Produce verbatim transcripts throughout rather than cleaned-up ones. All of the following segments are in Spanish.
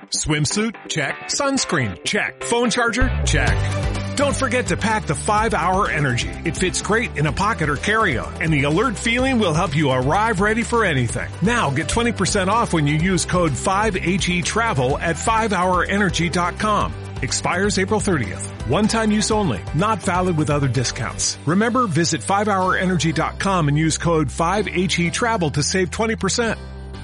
Swimsuit? Check. Sunscreen? Check. Phone charger? Check. Don't forget to pack the five hour Energy. It fits great in a pocket or carry-on, and the alert feeling will help you arrive ready for anything. Now get twenty percent off when you use code five H E travel at five hour energy dot com. Expires April thirtieth. One-time use only. Not valid with other discounts. Remember, visit five hour energy dot com and use code five H E travel to save twenty percent.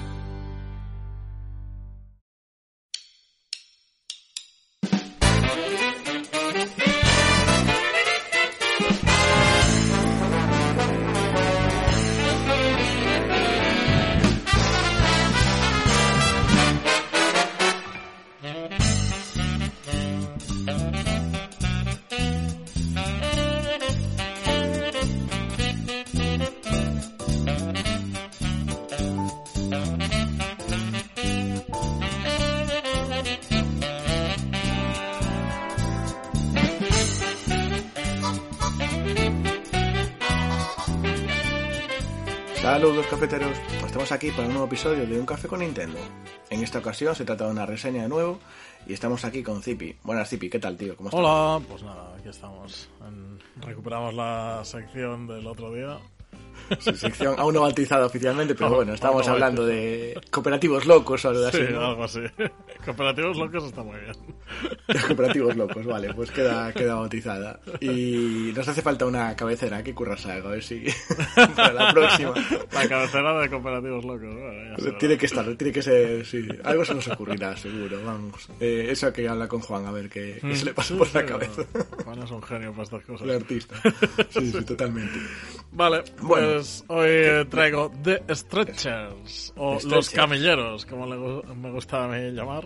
Saludos cafeteros, pues estamos aquí para un nuevo episodio de Un Café con Nintendo. En esta ocasión se trata de una reseña de nuevo y estamos aquí con Zipi. Buenas Zipi, ¿qué tal tío? ¿Cómo estás? Hola, pues nada, aquí estamos. En... Recuperamos la sección del otro día. Sí, sección aún no bautizada oficialmente, pero bueno, estamos no, no hablando de cooperativos locos o algo así, sí, ¿no? algo así. Cooperativos locos está muy bien. Cooperativos locos, vale, pues queda, queda bautizada. Y nos hace falta una cabecera, que currarse algo, a ver si para la próxima. La cabecera de cooperativos locos, bueno, ya tiene que estar, tiene que ser, sí, algo se nos ocurrirá, seguro, vamos. Eh, eso que habla con Juan, a ver qué, qué se le pasa sí, por sí, la cabeza. Juan es un genio para estas cosas. El artista. Sí, sí, totalmente. Vale, bueno, pues hoy traigo The Stretchers, o Stretchers. Los Camilleros, como le, me gusta a mí llamar.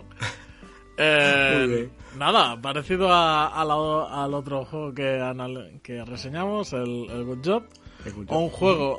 Eh, nada, parecido a, a la, al otro juego que, anal, que reseñamos, el, el Good Job, el Good Job. Un juego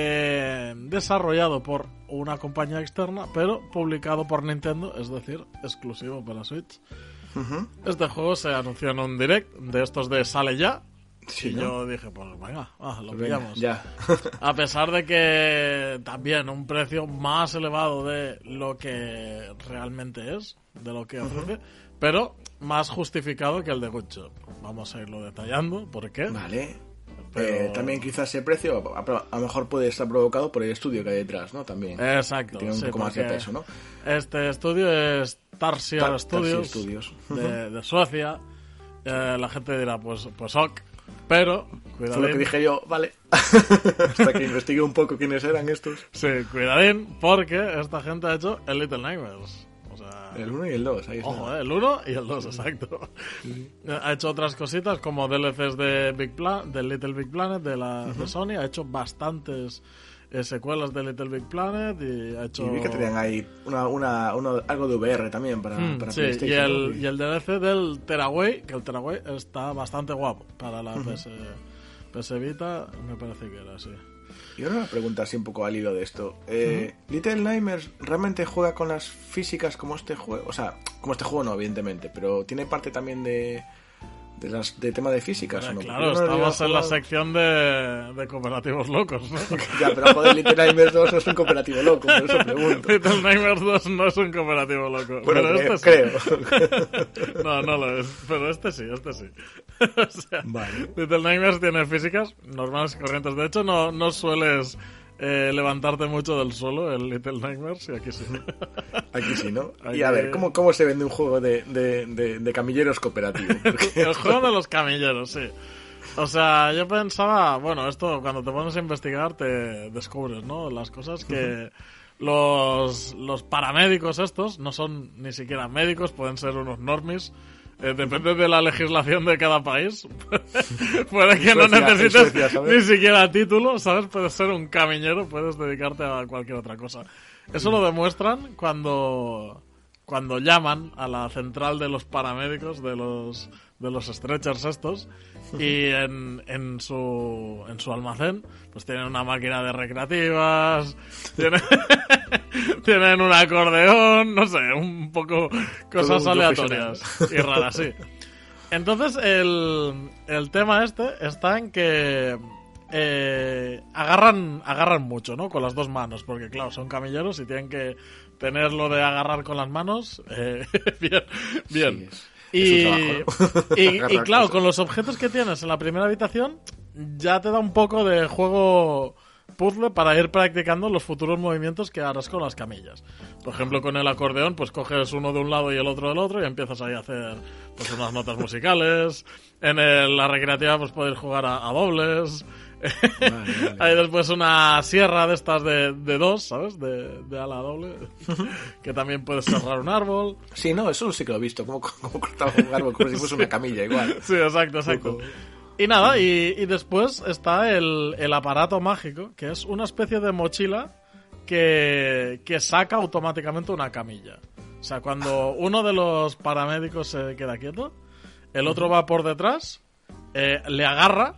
eh, desarrollado por una compañía externa, pero publicado por Nintendo, es decir, exclusivo para Switch. Uh-huh. Este juego se anunció en un direct de estos de Sale Ya. Sí, y ¿no? yo dije, pues venga, ah, lo pues pillamos. Venga, ya. A pesar de que también un precio más elevado de lo que realmente es, de lo que ofrece, uh-huh. pero más justificado que el de Good Job. Vamos a irlo detallando, ¿por qué? Vale. Pero... Eh, también quizás ese precio a, a, a lo mejor puede estar provocado por el estudio que hay detrás, ¿no? También. Exacto. Tiene un sí, poco más de peso, ¿no? Este estudio es Tarsier Tar- Studios, Tarsier Studios. de, de Suecia. Eh, la gente dirá, pues, pues ok. Pero, cuidadín. Fue lo que dije yo, vale. Hasta que investigué un poco quiénes eran estos. Sí, cuidadín, porque esta gente ha hecho el Little Nightmares. O sea, el uno y el dos, ahí está. Ojo, eh, el uno y el dos, exacto. Sí. Ha hecho otras cositas como D L Cs de Big Plan, del Little Big Planet de, la, uh-huh. de Sony. Ha hecho bastantes eh, secuelas de Little Big Planet y ha hecho... Y vi que tenían ahí una, una, una, algo de V R también para, mm, para sí, PlayStation. Y el, ¿no? y el D L C del Tearaway, que el Tearaway está bastante guapo para la uh-huh. P S, P S Vita, me parece que era así. Y ahora una pregunta así un poco al hilo de esto. Eh, uh-huh. ¿Little Nightmares realmente juega con las físicas como este juego? O sea, como este juego no, evidentemente, pero tiene parte también de, de, las, de tema de físicas, eh, ¿o no? Claro, no estamos en la sección de, de cooperativos locos, ¿no? Ya, pero joder, Little Nightmares dos no es un cooperativo loco, por eso pregunto. Little Nightmares dos no es un cooperativo loco. Bueno, pero creo, este sí. creo. No, no lo es, pero este sí, este sí. O sea, vale. Little Nightmares tiene físicas normales y corrientes. De hecho, no, no sueles eh, levantarte mucho del suelo el Little Nightmares, y aquí sí. Aquí sí, ¿no? Aquí... Y a ver, ¿cómo, cómo se vende un juego de, de, de, de camilleros cooperativo? Porque... El juego de los camilleros, sí. O sea, yo pensaba, bueno, esto cuando te pones a investigar te descubres, ¿no? Las cosas que... Uh-huh. Los, los paramédicos estos no son ni siquiera médicos, pueden ser unos normies. Eh, depende de la legislación de cada país. Puede que no Suecia, necesites Suecia, ni siquiera título, ¿sabes? Puedes ser un camillero, puedes dedicarte a cualquier otra cosa. Eso lo demuestran cuando cuando llaman a la central de los paramédicos, de los de los stretchers estos, y en, en su en su almacén pues tienen una máquina de recreativas, tienen, tienen un acordeón, no sé, un poco cosas aleatorias y raras, sí. Entonces el, el tema este está en que eh, agarran agarran mucho, ¿no? Con las dos manos, porque claro, son camilleros y tienen que tener lo de agarrar con las manos, eh, bien, bien. Sí, es, y, es un trabajo, ¿no? y, y claro, cosas. con los objetos que tienes en la primera habitación, ya te da un poco de juego puzzle para ir practicando los futuros movimientos que harás con las camillas. Por ejemplo, con el acordeón, pues coges uno de un lado y el otro del otro y empiezas ahí a hacer pues unas notas musicales. En el, la recreativa, pues puedes jugar a, a dobles. Vale, vale. Hay después una sierra de estas de, de dos, ¿sabes? De, de ala doble. Que también puedes cerrar un árbol. Sí, no, eso sí que lo he visto. Como, como cortaba un árbol, como si fuese una camilla, igual. Sí, exacto, exacto. Y nada, y, y después está el, el aparato mágico, que es una especie de mochila que, que saca automáticamente una camilla. O sea, cuando uno de los paramédicos se queda quieto, el otro va por detrás, eh, le agarra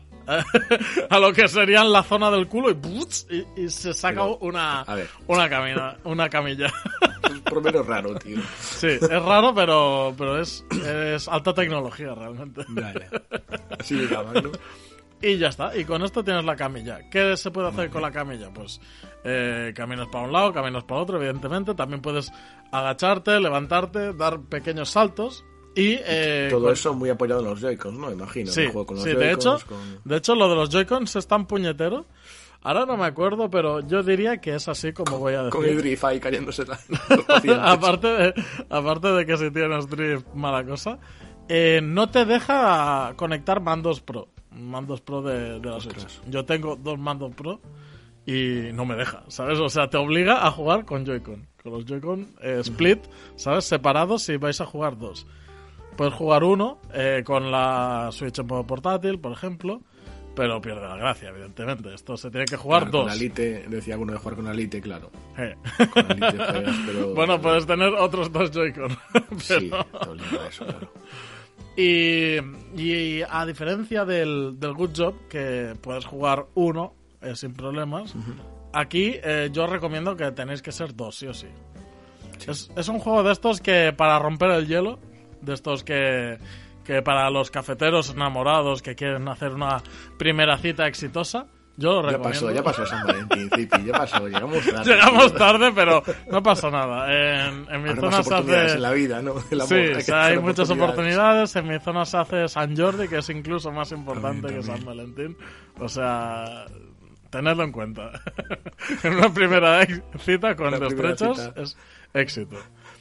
a lo que sería la zona del culo y, ¡puts! y, y se saca Pero, una, a ver. una, camina, una camilla. Es por lo menos raro, tío. Sí, es raro, pero, pero es, es alta tecnología realmente. Vale. Así de llamarlo. Y ya está, y con esto tienes la camilla. ¿Qué se puede hacer con la camilla? Pues eh, caminos para un lado, caminos para otro, evidentemente. También puedes agacharte, levantarte, dar pequeños saltos. Y eh, todo con... eso muy apoyado en los Joy-Cons, ¿no? Imagino. Sí, Un juego con los sí, de hecho, con... de hecho lo de los Joy-Cons es tan puñetero. Ahora no me acuerdo, pero yo diría que es así como voy a decir. Con el drift ahí cayéndose la, los pacientes. aparte, de, aparte de que si tienes drift, mala cosa. Eh, no te deja conectar mandos Pro. Mandos Pro de, de la Switch. Yo tengo dos mandos Pro y no me deja, ¿sabes? O sea, te obliga a jugar con Joy-Con. Con los Joy-Con eh, split, ¿sabes? Separados si vais a jugar dos. Puedes jugar uno eh, con la Switch en modo portátil, por ejemplo, pero pierde la gracia, evidentemente. Esto se tiene que jugar claro, dos. Con la Lite, decía uno de jugar con la Lite, claro. Eh. Con la Lite juegas, pero... Bueno, puedes tener otros dos Joy-Con. Pero... Sí, te obliga a eso, claro. Y, y a diferencia del, del Good Job, que puedes jugar uno eh, sin problemas, uh-huh. aquí eh, yo recomiendo que tenéis que ser dos, sí o sí. sí. Es, es un juego de estos que para romper el hielo, de estos que, que para los cafeteros enamorados que quieren hacer una primera cita exitosa, yo lo recomiendo. Ya pasó, ya pasó San Valentín, Zipi, ya pasó, llegamos tarde. Llegamos tarde, pero no pasa nada. En, en mi Habrá zona más se oportunidades hace... en la vida, ¿no? El amor, sí, hay, o sea, hay muchas oportunidades. oportunidades. En mi zona se hace San Jordi, que es incluso más importante también, que también. San Valentín. O sea, tenedlo en cuenta. En una primera ex- cita con Una primera destrechos cita. es éxito.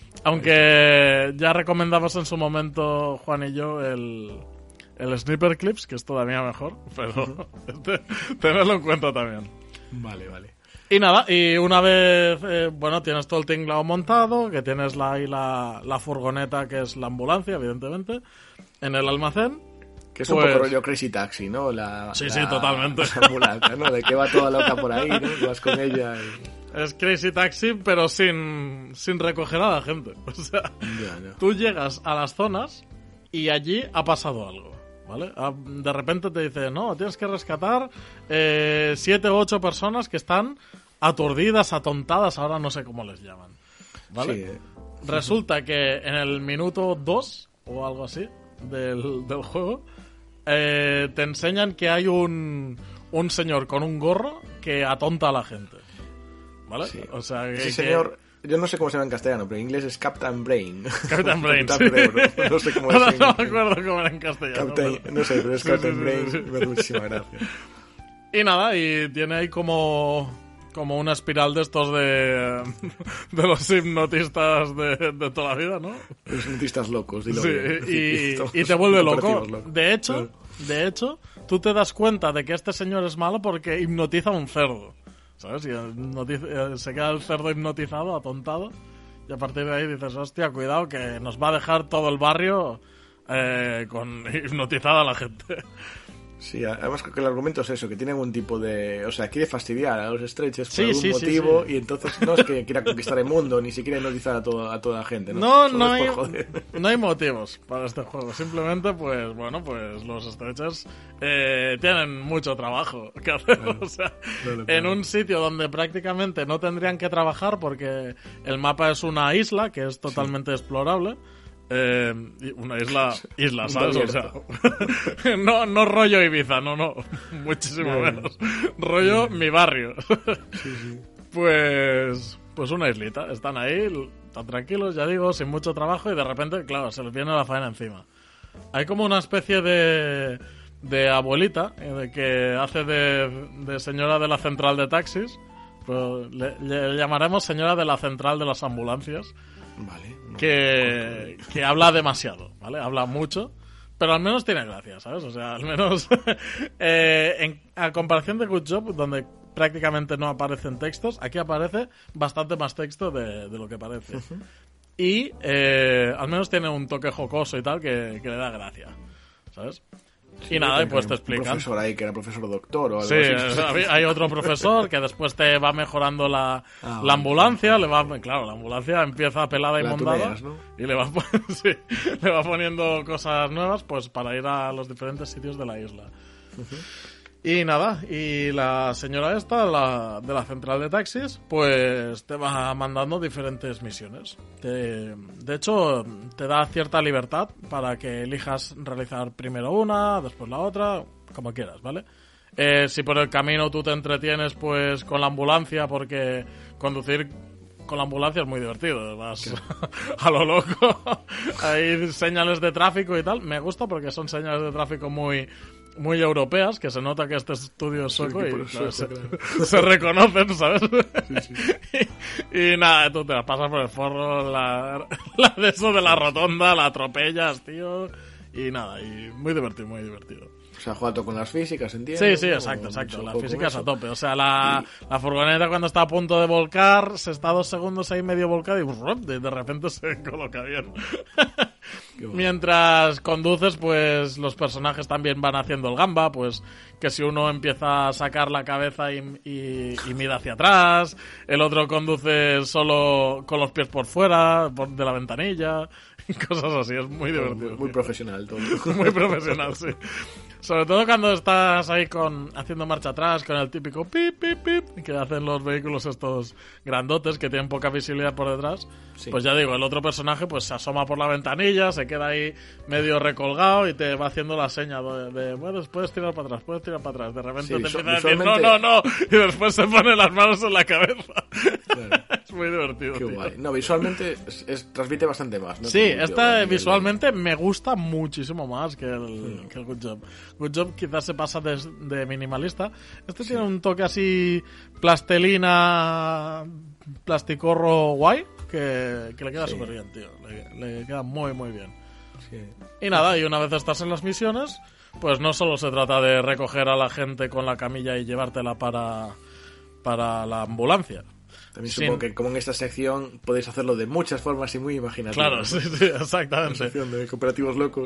Aunque ya recomendamos en su momento, Juan y yo, el, el Sniper Clips, que es todavía mejor, pero este, tenedlo en cuenta también. Vale, vale. Y nada, y una vez, eh, bueno, tienes todo el tinglado montado, que tienes la, ahí la, la furgoneta, que es la ambulancia, evidentemente, en el almacén. Que es pues... un poco rollo Crazy Taxi, ¿no? La, sí, la, sí, totalmente. La ambulancia, ¿no? De que va toda loca por ahí, ¿no? Que vas con ella y... Es Crazy Taxi, pero sin, sin recoger a la gente. O sea, ya, ya. tú llegas a las zonas y allí ha pasado algo, ¿vale? De repente te dice, no, tienes que rescatar eh, siete u ocho personas que están aturdidas, atontadas, ahora no sé cómo les llaman, ¿vale? Sí, eh. Resulta que en el minuto dos o algo así del, del juego eh, te enseñan que hay un, un señor con un gorro que atonta a la gente, ¿vale? Sí. O sea, que, ese señor, que... yo no sé cómo se llama en castellano, pero en inglés es Captain Brain. Captain Brain, Captain sí. Cerebro. No sé cómo es. No, en... no me acuerdo cómo era en castellano. Captain, pero... no sé, pero es sí, Captain sí, Brain. Sí, sí. Me hace muchísima gracia. Y nada, y tiene ahí como, como una espiral de estos de, de los hipnotistas de, de toda la vida, ¿no? Los hipnotistas locos, dilo Sí, bien. y, y te vuelve loco. Locos. De hecho, de hecho, tú te das cuenta de que este señor es malo porque hipnotiza a un cerdo. ¿Sabes? Y hipnotiza, se queda el cerdo hipnotizado, atontado. Y a partir de ahí dices, hostia, cuidado que nos va a dejar todo el barrio eh, con hipnotizada a la gente. Sí, además que el argumento es eso, que tiene algún tipo de... O sea, quiere fastidiar a los Stretches por sí, algún sí, motivo sí, sí. y entonces no es que quiera conquistar el mundo, ni siquiera hipnotizar a, todo, a toda la gente, ¿no? No, Solo no es hay, por joder. no hay motivos para este juego. Simplemente, pues, bueno, pues los Stretchers eh, tienen mucho trabajo que hacer. Bueno, o sea, claro, claro. En un sitio donde prácticamente no tendrían que trabajar porque el mapa es una isla que es totalmente sí. explorable. Eh, una isla, isla, ¿sabes? O sea, no, no rollo Ibiza, no, no, muchísimo no, menos. No. Rollo mi barrio. Sí, sí. Pues, pues una islita. Están ahí, tan tranquilos, ya digo, sin mucho trabajo y de repente, claro, se les viene la faena encima. Hay como una especie de, de abuelita eh, de que hace de, de señora de la central de taxis. Pues le, le llamaremos señora de la central de las ambulancias. Vale. No, que, que habla demasiado, ¿vale? Habla mucho, pero al menos tiene gracia, ¿sabes? O sea, al menos eh, en, a comparación de Good Job, donde prácticamente no aparecen textos, aquí aparece bastante más texto de, de lo que parece. Uh-huh. Y eh, al menos tiene un toque jocoso y tal que, que le da gracia, ¿sabes? Sí, y nada, y pues te explican. Un profesor ahí que era profesor doctor o algo sí, así. Hay otro profesor que después te va mejorando la, ah, la ambulancia. Bueno. Le va, claro, la ambulancia empieza pelada y la mondada. Tuneas, ¿no? Y le va, sí, le va poniendo cosas nuevas pues para ir a los diferentes sitios de la isla. Uh-huh. Y nada, y la señora esta, la, de la central de taxis, pues te va mandando diferentes misiones. Te, de hecho, te da cierta libertad para que elijas realizar primero una, después la otra, como quieras, ¿vale? Eh, si por el camino tú te entretienes pues con la ambulancia, porque conducir con la ambulancia es muy divertido, vas a lo loco. Hay señales de tráfico y tal. Me gusta porque son señales de tráfico muy... muy europeas, que se nota que este estudio es sueco sí, y claro, sueco, se, claro. se reconocen, ¿sabes? Sí, sí. y, y nada, tú te las pasas por el forro, la, la de eso de la rotonda, la atropellas, tío, y nada, y muy divertido, muy divertido. O sea, jugando con las físicas, ¿entiendes? Sí, sí, exacto, exacto. Las físicas a tope. O sea, la, y... la furgoneta cuando está a punto de volcar, se está dos segundos ahí medio volcada y de, de repente se coloca bien. Mientras conduces, pues los personajes también van haciendo el gamba, pues que si uno empieza a sacar la cabeza y, y, y mira hacia atrás, el otro conduce solo con los pies por fuera, por, de la ventanilla, cosas así, es muy divertido. Muy, muy profesional todo. Muy profesional, sí. Sobre todo cuando estás ahí con haciendo marcha atrás con el típico pip, pip, pip que hacen los vehículos estos grandotes que tienen poca visibilidad por detrás. Sí. Pues ya digo, el otro personaje pues se asoma por la ventanilla, se queda ahí medio recolgado y te va haciendo la seña de, de bueno, puedes tirar para atrás, puedes tirar para atrás. De repente sí, te empieza a decir no, no, no y después se pone las manos en la cabeza. Claro. Es muy divertido. Qué tío. Guay. No, visualmente es, es, transmite bastante más, ¿no? Sí, esta visualmente me gusta muchísimo más que el, mm. que el Good Job. Good Job quizás se pasa de, de minimalista. Este sí. Tiene un toque así plastelina, plasticorro guay, que, que le queda sí. súper bien, tío. Le, le queda muy, muy bien. Sí. Y nada, y una vez estás en las misiones, pues no solo se trata de recoger a la gente con la camilla y llevártela para, para la ambulancia. También supongo Sin... que como en esta sección podéis hacerlo de muchas formas y muy imaginativas. Claro, sí, sí, exactamente. La sección de cooperativos locos.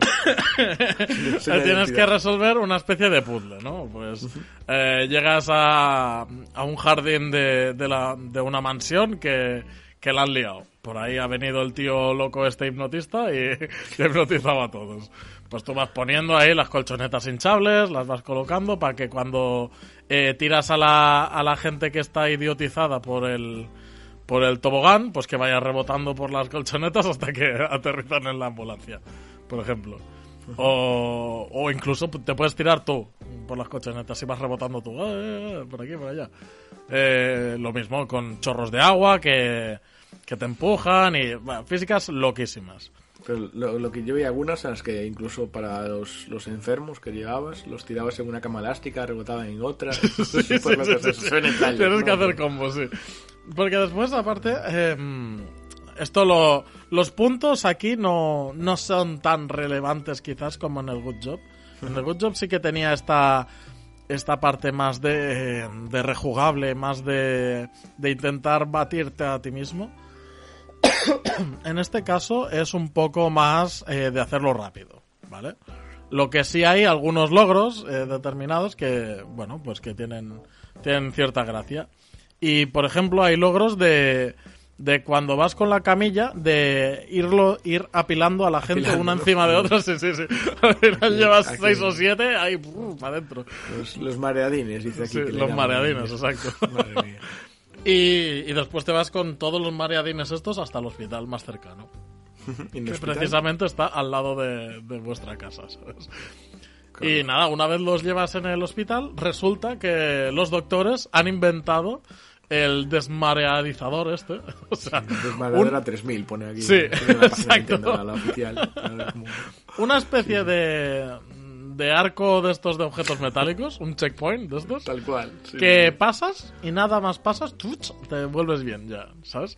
Tienes que resolver una especie de puzzle, ¿no? Pues uh-huh. eh, llegas a, a un jardín de, de, la, de una mansión que, que la han liado. Por ahí ha venido el tío loco este hipnotista y le hipnotizaba a todos. Pues tú vas poniendo ahí las colchonetas hinchables, las vas colocando para que cuando eh, tiras a la, a la gente que está idiotizada por el, por el tobogán, pues que vaya rebotando por las colchonetas hasta que aterrizan en la ambulancia, por ejemplo. O, o incluso te puedes tirar tú por las colchonetas y vas rebotando tú, eh, por aquí, por allá. Eh, lo mismo con chorros de agua que, que te empujan y bueno, físicas loquísimas. Pero lo, lo que yo vi algunas en las que incluso para los, los enfermos que llevabas, los tirabas en una cama elástica, rebotaban en otra. sí, sí, sí, sí, sí, sí. Detalles, Tienes ¿no? que hacer combos, sí. Porque después, aparte, eh, esto lo, los puntos aquí no, no son tan relevantes quizás como en el Good Job. En el Good Job sí que tenía esta, esta parte más de, de rejugable, más de, de intentar batirte a ti mismo. En este caso es un poco más eh, de hacerlo rápido, ¿vale? Lo que sí hay algunos logros eh, determinados que, bueno, pues que tienen, tienen cierta gracia. Y, por ejemplo, hay logros de, de cuando vas con la camilla, de irlo ir apilando a la gente apilando, una encima de otra. Sí, sí, sí. Llevas aquí, seis o siete, ahí, para adentro. Los, los mareadines, dice aquí. Sí, que los mareadines, exacto. Madre mía. Y, y después te vas con todos los mareadines estos hasta el hospital más cercano. Que hospital? Precisamente está al lado de, de vuestra casa, ¿sabes? Claro. Y nada, una vez los llevas en el hospital, resulta que los doctores han inventado el desmareadizador este. O sea, sí, desmareadora un... tres mil pone aquí. Sí, exacto. Nintendo, la oficial. Como... Una especie sí, sí. de... de arco de estos de objetos metálicos, un checkpoint de estos. Tal cual. Sí, que sí. pasas y nada más pasas, ¡tuch!, te vuelves bien ya, ¿sabes?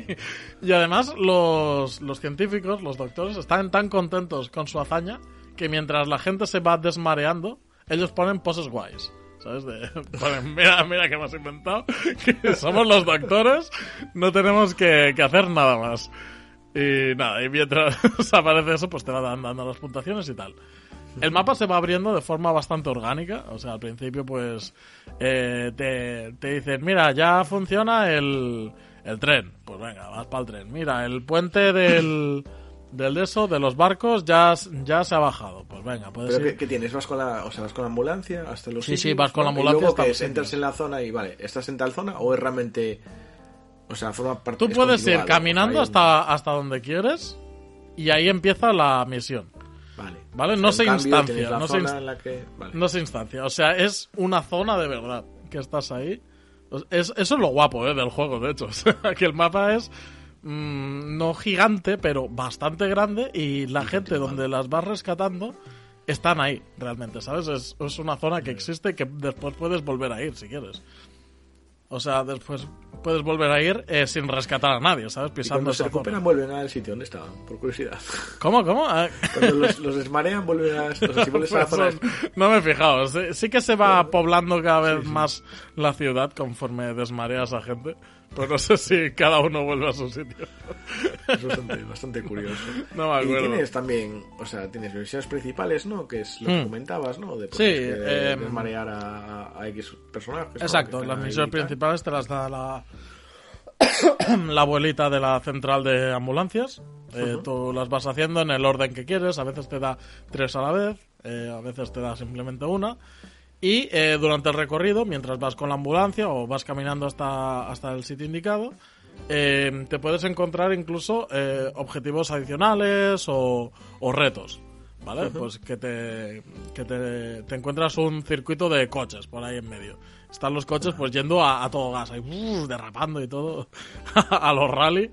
Y además los, los científicos, los doctores, están tan contentos con su hazaña que mientras la gente se va desmareando, ellos ponen poses guays. ¿Sabes? De, ponen, mira, mira que hemos inventado, que somos los doctores, no tenemos que, que hacer nada más. Y nada, y mientras aparece eso, pues te va dando las puntuaciones y tal. El mapa se va abriendo de forma bastante orgánica, o sea, al principio pues eh, te, te dicen, mira, ya funciona el, el tren, pues venga, vas para el tren. Mira, el puente del, del de eso, de los barcos, ya, ya se ha bajado, pues venga, puedes ¿Pero ir. qué, qué tienes? ¿Vas con la, o sea, vas con la ambulancia hasta los Sí, sitios? sí, vas con la ¿no? ambulancia Y luego hasta que los entras sitios. en la zona y, vale, ¿estás en tal zona o es realmente... O sea, forma parte... Tú es puedes ir continuado, caminando hay un- hasta, hasta donde quieres y ahí empieza la misión. Vale. Vale, O sea, no en se cambio, instancia, tienes la no se zona inst- en la que... Vale. No es instancia, o sea, es una zona de verdad que estás ahí. Es, eso es lo guapo, ¿eh? Del juego, de hecho. O sea, que el mapa es mmm, no gigante, pero bastante grande y la gente donde las vas rescatando están ahí, realmente, ¿sabes? Es, es una zona que existe que después puedes volver a ir si quieres. O sea, después puedes volver a ir eh, sin rescatar a nadie, ¿sabes? Y Pisando cuando se esa recuperan zona. vuelven al sitio donde estaban, por curiosidad. ¿Cómo, cómo? Ah, Cuando los, los desmarean vuelven a... O sea, si vuelves a la pues zona... son- no me he fijado. Sí, sí que se va poblando cada vez más la ciudad conforme desmareas a gente. Pues no sé si cada uno vuelve a su sitio. Es bastante, bastante curioso. No me Y acuerdo. tienes también, o sea, tienes misiones principales, ¿no? Que es lo que Mm. comentabas, ¿no? De, pues, Sí, que de- em, desmarear a, a X personajes. ¿no? Exacto, Que las están ahí misiones y tal. principales te las da la, la abuelita de la central de ambulancias. Eh, tú las vas haciendo en el orden que quieres. A veces te da tres a la vez, eh, a veces te da simplemente una. Y eh, durante el recorrido, mientras vas con la ambulancia o vas caminando hasta, hasta el sitio indicado, eh, te puedes encontrar incluso eh, objetivos adicionales o, o retos. ¿Vale? Pues que, te, que te, te encuentras un circuito de coches por ahí en medio. Están los coches pues yendo a, a todo gas, ahí, uh, derrapando y todo, a los rally.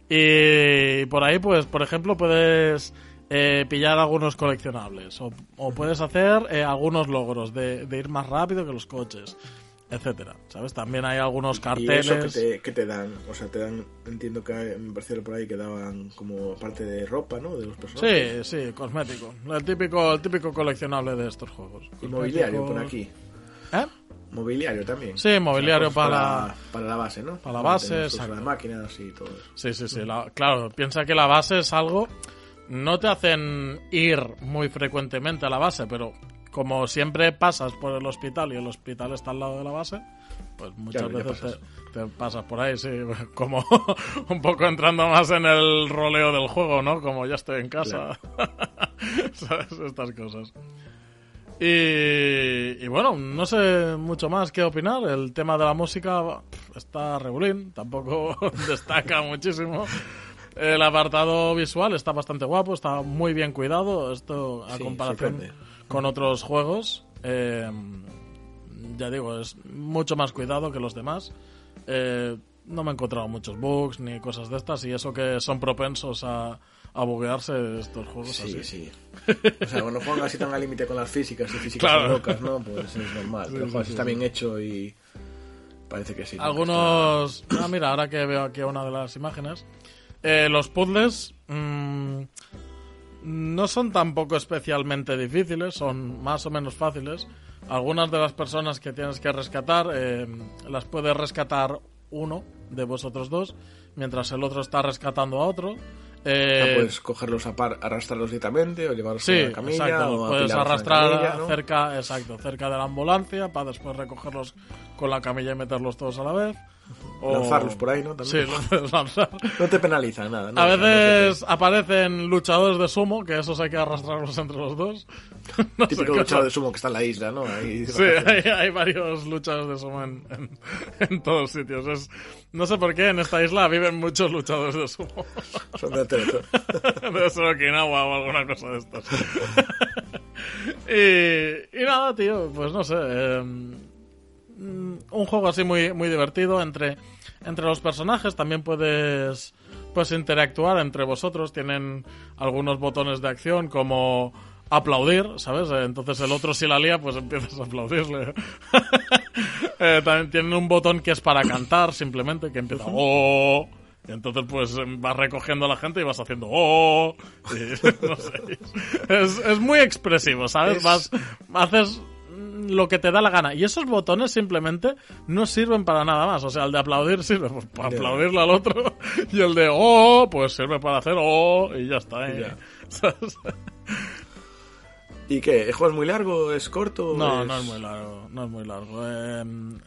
Y por ahí, pues, por ejemplo, puedes eh, pillar algunos coleccionables o, o puedes hacer eh, algunos logros de, de ir más rápido que los coches, etcétera, ¿sabes? También hay algunos Y carteles. eso que te, que te dan, o sea, te dan, entiendo que me pareció por ahí que daban como parte de ropa, ¿no? De los personajes. Sí, sí, cosmético. El típico, el típico coleccionable de estos juegos. Y mobiliario Cosméticos. por aquí. ¿Eh? Mobiliario también. Sí, mobiliario O sea, cosas para- para... Para la base, ¿no? para la base, tener sus exacto. máquinas y todo eso. Sí, sí, sí. La- claro, piensa que la base es algo... No te hacen ir muy frecuentemente a la base, pero como siempre pasas por el hospital y el hospital está al lado de la base, pues muchas Claro, ya veces pasas. te, te pasas por ahí, sí. Como un poco entrando más en el roleo del juego, ¿no? Como ya estoy en casa. ¿Sabes? Estas cosas. Y, y bueno, no sé mucho más qué opinar. El tema de la música pff, está regulín, tampoco destaca muchísimo. El apartado visual está bastante guapo, está muy bien cuidado. Esto a Sí, comparación sorprende. con otros juegos, eh, ya digo, es mucho más cuidado que los demás. Eh, no me he encontrado muchos bugs ni cosas de estas, y eso que son propensos a, a buguearse estos juegos Sí, así. sí. O sea, cuando juegan así tan al límite con las físicas y físicas Claro. tan locas, ¿no? Pues es normal. Sí, Pero sí, joder, sí, está sí. bien hecho y parece que sí. ¿no? Algunos... Ah, mira, ahora que veo aquí una de las imágenes, eh, los puzzles mmm, no son tampoco especialmente difíciles, son más o menos fáciles. Algunas de las personas que tienes que rescatar eh, las puede rescatar uno de vosotros dos, mientras el otro está rescatando a otro. Eh, No puedes cogerlos a par, arrastrarlos directamente o llevarlos Sí, a la camilla. exacto. O Puedes apilarlos en la arrastrar camilla, ¿no? cerca, exacto, cerca de la ambulancia para después recogerlos con la camilla y meterlos todos a la vez. O... Lanzarlos por ahí, ¿no? También. Sí, los puedes lanzar. No te penaliza nada, ¿no? A O sea, no veces se aparecen luchadores de sumo, que esos hay que arrastrarlos entre los dos. No te- sé Típico qué luchador pasa. de sumo que está en la isla, ¿no? Ahí, Sí, hay, hay varios luchadores de sumo en, en, en todos sitios. Es, no sé por qué en esta isla viven muchos luchadores de sumo. Son de Teletón. Debe ser Okinawa o alguna cosa de estas. y, y nada, tío, pues no sé. eh, un juego así muy, muy divertido entre, entre los personajes. También puedes, puedes interactuar entre vosotros. Tienen algunos botones de acción como aplaudir, ¿sabes? Entonces el otro si la lía, pues empiezas a aplaudirle. eh, también tienen un botón que es para cantar, simplemente, que empieza ¡oh! Y entonces pues vas recogiendo a la gente y vas haciendo ¡oh! Y, no sé. Es, es muy expresivo, ¿sabes? Es... Vas, haces lo que te da la gana. Y esos botones simplemente no sirven para nada más. O sea, el de aplaudir sirve pues, para yeah. aplaudirle al otro. Y el de ¡oh! Pues sirve para hacer ¡oh! Y ya está. ¿eh? Yeah. ¿Sabes? ¿Y qué? ¿El juego es muy largo? ¿Es corto? No, es... no es muy largo. No es muy largo. Eh,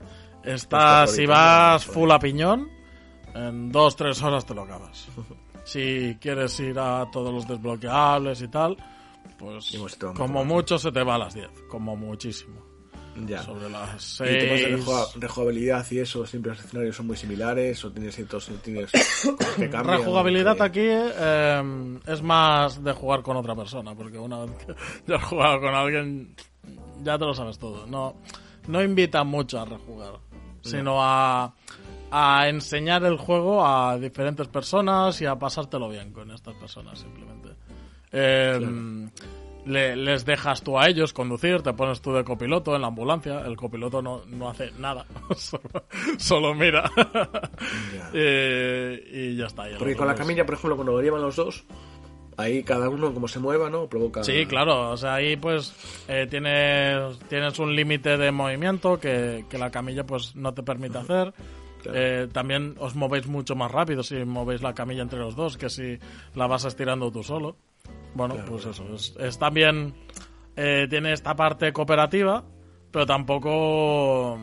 está, si vas full a piñón, en dos, tres horas te lo acabas. Si quieres ir a todos los desbloqueables y tal, pues como mucho se te va a las diez. Como muchísimo. Ya. Sobre las seis. ¿Y temas de rejugabilidad y eso? ¿Siempre los escenarios son muy similares? ¿O tienes ciertos tienes que cambian? Rejugabilidad que... aquí eh, es más de jugar con otra persona, porque una vez que ya has jugado con alguien, ya te lo sabes todo. No, no invita mucho a rejugar, sino a, a enseñar el juego a diferentes personas y a pasártelo bien con estas personas, simplemente. Eh, claro. Le, les dejas tú a ellos conducir, te pones tú de copiloto en la ambulancia. El copiloto no, no hace nada, solo, solo mira. Yeah. y, y ya está. Ya Porque con la camilla, por ejemplo, cuando lo llevan los dos, ahí cada uno como se mueva, ¿no? Provoca... Sí, claro. O sea, ahí pues eh, tienes, tienes un límite de movimiento que, que la camilla pues no te permite hacer. Claro. Eh, también os movéis mucho más rápido si movéis la camilla entre los dos que si la vas estirando tú solo. Bueno, claro, pues claro. eso, es, es también eh, tiene esta parte cooperativa, pero tampoco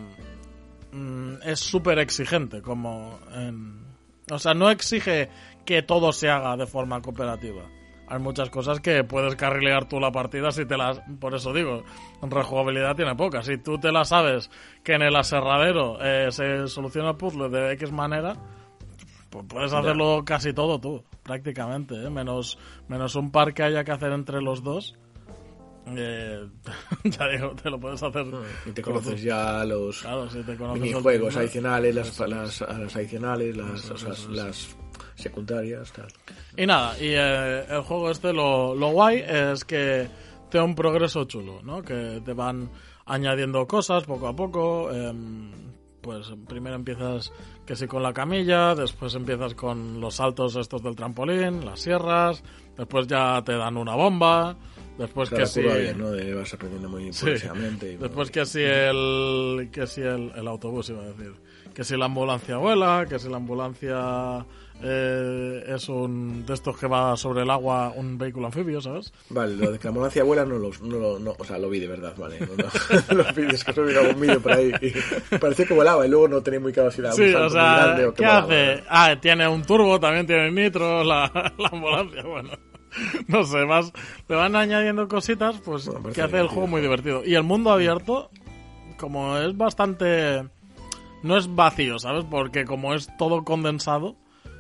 mm, es súper exigente, como en, o sea, no exige que todo se haga de forma cooperativa. Hay muchas cosas que puedes carrilear tú la partida si te las... Por eso digo, rejugabilidad tiene poca. Si tú te la sabes que en el aserradero eh, se soluciona el puzzle de X manera, pues puedes hacerlo ya. Casi todo tú, prácticamente, ¿eh? Menos, menos un par que haya que hacer entre los dos. Eh, ya digo, te lo puedes hacer. Y te conoces ya los claro, si te conoces minijuegos adicionales, las, las, las adicionales, las, o sea, las secundarias, tal. Y nada, y eh, el juego este, lo, lo guay es que te da un progreso chulo, ¿no? Que te van añadiendo cosas poco a poco. Eh, pues primero empiezas que sí con la camilla, después empiezas con los saltos estos del trampolín, las sierras, después ya te dan una bomba, después o sea, que sí bien, ¿no? De, vas aprendiendo muy progresivamente. Sí. Después que sí el que sí el, el autobús iba a decir, que si la ambulancia vuela, que si la ambulancia eh, es un de estos que va sobre el agua, un vehículo anfibio, ¿sabes? Vale, lo de que la ambulancia vuela no lo, no lo no, o sea, lo vi de verdad, vale. No, no, los vídeos que subí algún vídeo por ahí y parecía que volaba y luego no tenía muy claro si era sí, un salto o sea, muy grande o ¿qué volaba, hace? ¿no? Ah, tiene un turbo, también tiene nitro, la, la ambulancia, bueno. No sé, más le van añadiendo cositas, pues bueno, que hace el juego muy divertido. Y el mundo abierto, como es bastante... No es vacío, ¿sabes? Porque como es todo condensado,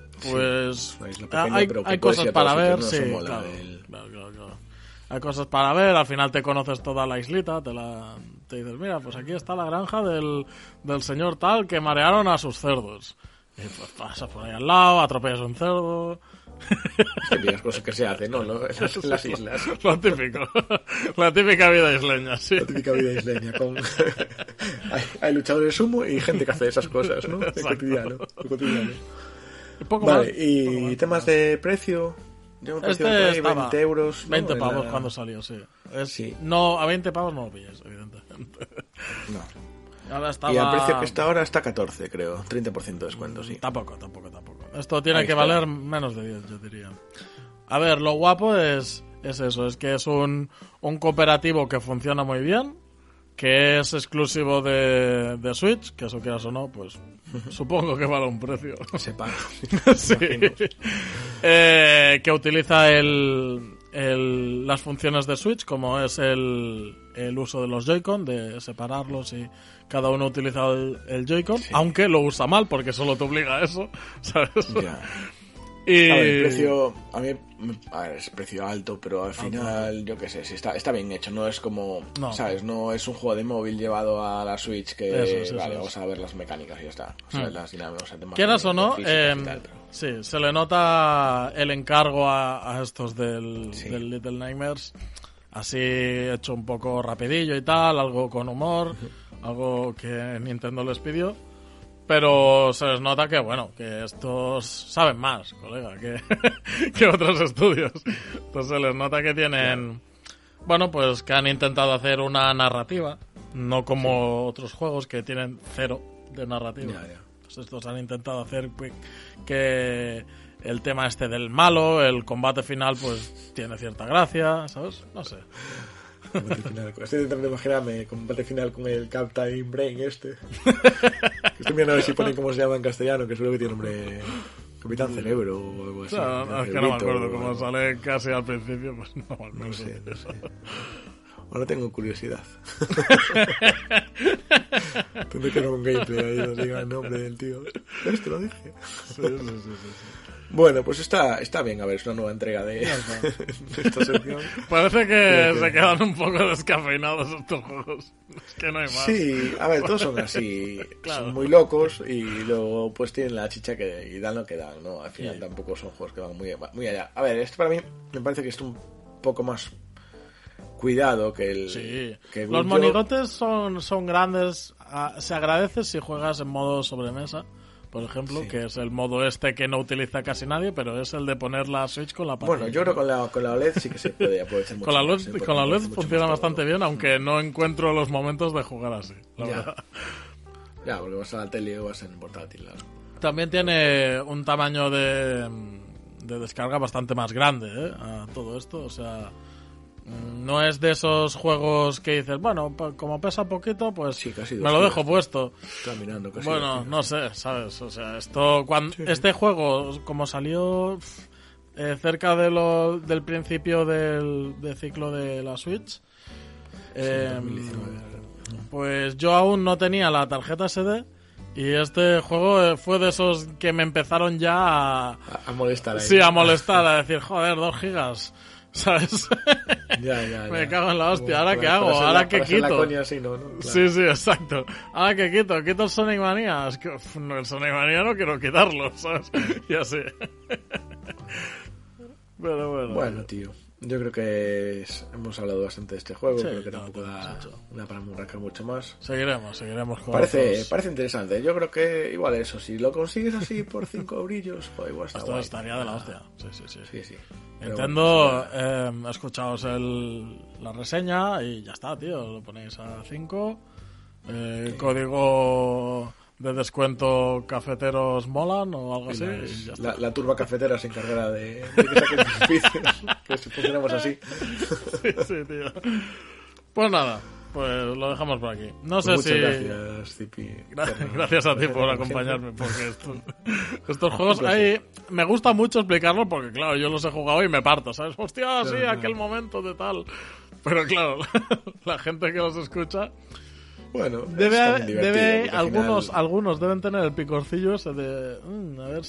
pues sí, pequeña, hay, hay cosas para ver, no sí, claro, el... claro, claro, claro. Hay cosas para ver, al final te conoces toda la islita, te la te dices, mira, pues aquí está la granja del, del señor tal que marearon a sus cerdos. Y pues pasas por ahí al lado, atropellas un cerdo... Es que cosas que se hacen, ¿no? ¿no? En las, en las islas. Lo típico. La típica vida isleña, sí. La típica vida isleña. Con... hay, hay luchadores de sumo y gente que hace esas cosas, ¿no? De cotidiano. De cotidiano. Poco vale, más, y poco más. Temas de precio. Yo un precio este de ahí, veinte euros. ¿no? veinte pavos la... cuando salió, sí. Es, sí. No, a veinte pavos no lo pillas, evidentemente. No. Ahora estaba... Y al precio que está ahora está catorce, creo. treinta por ciento de descuento, sí. Tampoco, tampoco, tampoco. Esto tiene Ahí que está. valer menos de diez, yo diría. A ver, lo guapo es, es eso, es que es un, un cooperativo que funciona muy bien, que es exclusivo de, de Switch, que eso quieras o no, pues supongo que vale un precio. Se paga. Sí. Eh, que utiliza el, el, las funciones de Switch, como es el, el uso de los Joy-Con, de separarlos y cada uno utiliza el, el Joy-Con, sí. Aunque lo usa mal porque solo te obliga a eso, ¿sabes? Yeah. Y... A ver, el precio, a mí, a ver, es precio alto, pero al final, yo qué sé, si está, está bien hecho, no es como, no. ¿sabes? No es un juego de móvil llevado a la Switch que, Eso es, eso vale, es. vamos a ver las mecánicas y ya está. O sea, Hmm. las dinámicas, temas Quieras de- o no, de físicas eh, y tal, pero- sí, se le nota el encargo a, a estos del, Sí. del Little Nightmares, así hecho un poco rapidillo y tal, algo con humor, algo que Nintendo les pidió. Pero se les nota que, bueno, que estos saben más, colega, que, que otros estudios. Entonces se les nota que tienen... Bueno, pues que han intentado hacer una narrativa, no como otros juegos que tienen cero de narrativa. Ya, ya. Pues estos han intentado hacer pues, que el tema este del malo, el combate final, pues tiene cierta gracia, ¿sabes? No sé. Combate final. Estoy intentando imaginarme combate final con el Captain Brain este. Estoy viendo a ver si ponen cómo se llama en castellano, que seguro que tiene nombre Capitán Cerebro o algo así. No, no, es que no me acuerdo, como sale casi al principio, pues no me acuerdo. No sé, no sé. Ahora tengo curiosidad. Tendré que ver un gameplay ahí donde diga el nombre del tío. ¿Ves? Te lo dije. Sí, sí, sí, sí, sí. Bueno, pues está, está bien, a ver, es una nueva entrega de, de esta sección. Parece que Sí, se sí. quedan un poco descafeinados estos juegos. Es que no hay más. Sí, a ver, todos son así, Claro. son muy locos y luego pues tienen la chicha que y dan lo que dan, ¿no? Al final Sí. tampoco son juegos que van muy, muy allá. A ver, esto para mí me parece que es un poco más cuidado que el... Sí. que el Los yo- monigotes son, son grandes. ah, Se agradece si juegas en modo sobremesa, por ejemplo, Sí. que es el modo este que no utiliza casi nadie, pero es el de poner la Switch con la pantalla. Bueno, yo creo que con la, con la O L E D sí que se puede aprovechar mucho Con la más, luz, ¿eh? Porque con la me luz parece mucho funciona más bastante cómodo. bien, aunque no encuentro los momentos de jugar así, la Ya. verdad. Ya, porque vas a la tele o vas en portátil. ¿no? También tiene un tamaño de, de descarga bastante más grande, ¿eh? A todo esto, o sea, mm, no es de esos juegos que dices, bueno, pa- como pesa poquito, pues Sí, casi me dos lo gigas, dejo ¿no? puesto. Está mirando casi. Bueno, dos no sé, ¿sabes? O sea, esto cuando Sí, sí. este juego, como salió pf, eh, cerca de lo, del principio del, del ciclo de la Switch, eh, dos mil diecinueve. pues yo aún no tenía la tarjeta ese de y este juego eh, fue de esos que me empezaron ya a, A, a molestar ahí. sí, a molestar, a decir, joder, dos gigas, ¿sabes? Ya, ya, Me ya. cago en la hostia, Como ¿ahora para- qué hago? para ser ¿Ahora la- qué para ser la quito? coña así, ¿no? ¿no? Claro. Sí, sí, exacto. Ahora que quito, quito el Sonic Mania. Es que uf, no, el Sonic Mania no quiero quitarlo, ¿sabes? Ya sé. Pero bueno. Bueno, tío, yo creo que es- hemos hablado bastante de este juego, Sí, creo que no, tampoco tenemos da, hecho. da para arrancar mucho más. Seguiremos, seguiremos con Parece, otros. parece interesante, yo creo que igual eso, si lo consigues así por cinco eurillos, pues igual está Esto guay. estaría de la hostia. Sí, sí, sí. Sí, sí. Pero Nintendo, bueno, eh, escuchaos el, la reseña y ya está, tío. Lo ponéis a cinco. Eh, Código de descuento cafeteros molan o algo así. pues, Y ya está. la, la turba cafetera se encargará de, de que saquen sus vicios, que si funcionamos así. Sí, sí, tío. Pues nada, pues lo dejamos por aquí. No sé Pues muchas si... gracias, Zipi. Gra- Gracias a ti por acompañarme, porque estos, estos juegos ahí me gusta mucho explicarlo porque, claro, yo los he jugado y me parto, ¿sabes? Hostia, sí, Claro, aquel claro. momento de tal. Pero claro, la gente que los escucha Bueno, es debe, también divertido, debe porque al algunos, final- algunos deben tener el picorcillo ese de "Mm, a ver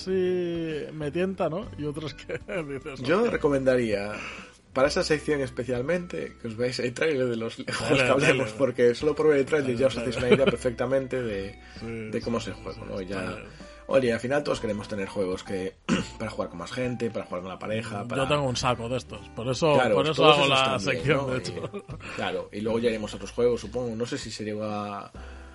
si me tienta, ¿no? Y otros que dices, Yo "Hostia". recomendaría, para esa sección especialmente, que os veáis el trailer de los juegos que dale, hablemos, dale. porque solo por ver el trailer ya os hacéis una idea perfectamente de, Sí, de cómo se juega, ¿no? Ya, Vale. oye, al final todos queremos tener juegos que para jugar con más gente, para jugar con la pareja, para... Yo tengo un saco de estos, por eso, Claro, por eso todos hago esos la también, sección, ¿no? de Y- hecho. claro, y luego ya iremos a otros juegos, supongo. No sé si se llega...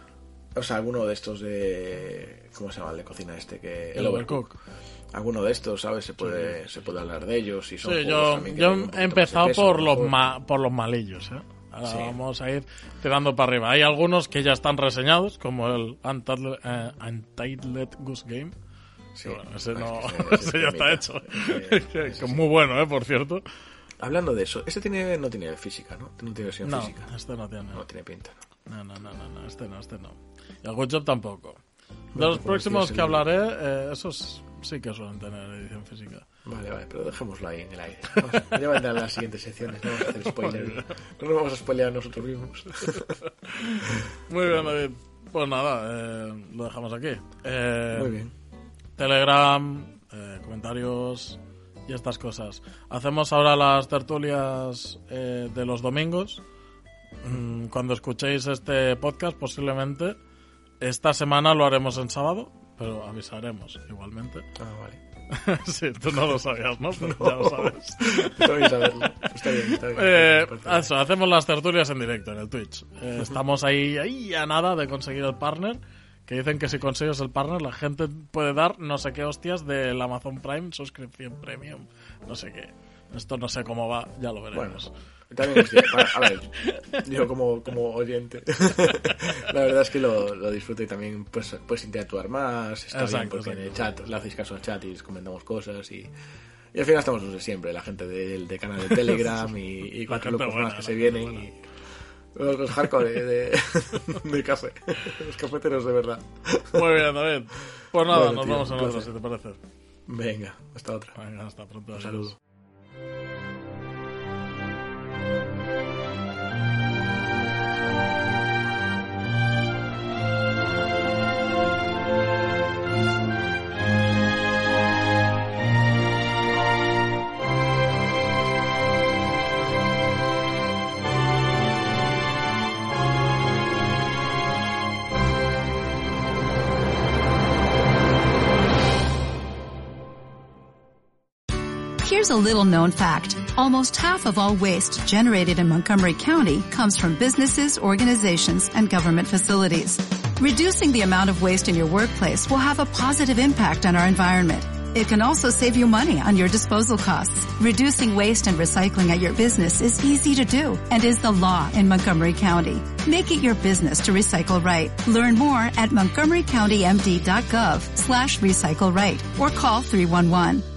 O sea, alguno de estos de... ¿Cómo se llama el de cocina este? Que... El Overcook. Alguno de estos, ¿sabes? Se puede, se puede hablar de ellos. Y son Sí, juegos yo, también que yo tienen un poquito he más de empezado peso, por a lo los mejor. ma- por los malillos, ¿eh? Ahora Sí. vamos a ir tirando para arriba. Hay algunos que ya están reseñados, como el Untitled, eh, Untitled Goose Game. Sí, Bueno, ese, es no, que ese- ese ese ya es está temita. hecho. Ese- Que- ese que sí. muy bueno, ¿eh? Por cierto. Hablando de eso, este tiene, no tiene física, ¿no? No tiene versión No, física. este no tiene. No tiene pinta, ¿no? No, no, no, no, no, este no, este no. Y el Woodshop tampoco. De Bueno, los como próximos decías, que el- hablaré, eh, esos sí que suelen tener edición física. Vale, vale, pero dejémoslo ahí en el aire. Vamos, ya vendrán las siguientes secciones, no vamos a hacer spoilers. No nos vamos a spoilear nosotros mismos. Muy bien, David. Pues nada, eh, lo dejamos aquí. Eh, Muy bien. Telegram, eh, comentarios y estas cosas. Hacemos ahora las tertulias eh, de los domingos. Mm, cuando escuchéis este podcast, posiblemente esta semana lo haremos en sábado, pero avisaremos igualmente. Ah, vale. Sí, tú no lo sabías, ¿no? Pero No. ya lo sabes. Está bien saberlo. Está bien, está bien. Eh, Perfecto. eso, hacemos las tertulias en directo en el Twitch. Eh, estamos ahí, ahí a nada de conseguir el partner. Que dicen que si consigues el partner, la gente puede dar no sé qué hostias del Amazon Prime, suscripción premium, no sé qué. Esto no sé cómo va, ya lo Bueno, veremos. también es cierto. A ver, yo como, como oyente, la verdad es que lo, lo disfruto y también pues, puedes interactuar más. Está Exacto, bien porque exacto. en el chat le hacéis caso al chat y les comentamos cosas y, y al final estamos los de siempre, la gente del de canal de Telegram y, y La cuatro gente locos buena, más que la se gente vienen buena. y los hardcore de, de, de café, los cafeteros de verdad. Muy bien, David. Pues nada, Bueno, nos tío, vemos en un otra, placer. si te parece. Venga, hasta otra. Venga, hasta pronto. Un adiós. saludo. Here's a little known fact. Almost half of all waste generated in Montgomery County comes from businesses, organizations, and government facilities. Reducing the amount of waste in your workplace will have a positive impact on our environment. It can also save you money on your disposal costs. Reducing waste and recycling at your business is easy to do and is the law in Montgomery County. Make it your business to recycle right. Learn more at montgomery county m d dot gov slash recycle right or call three one one.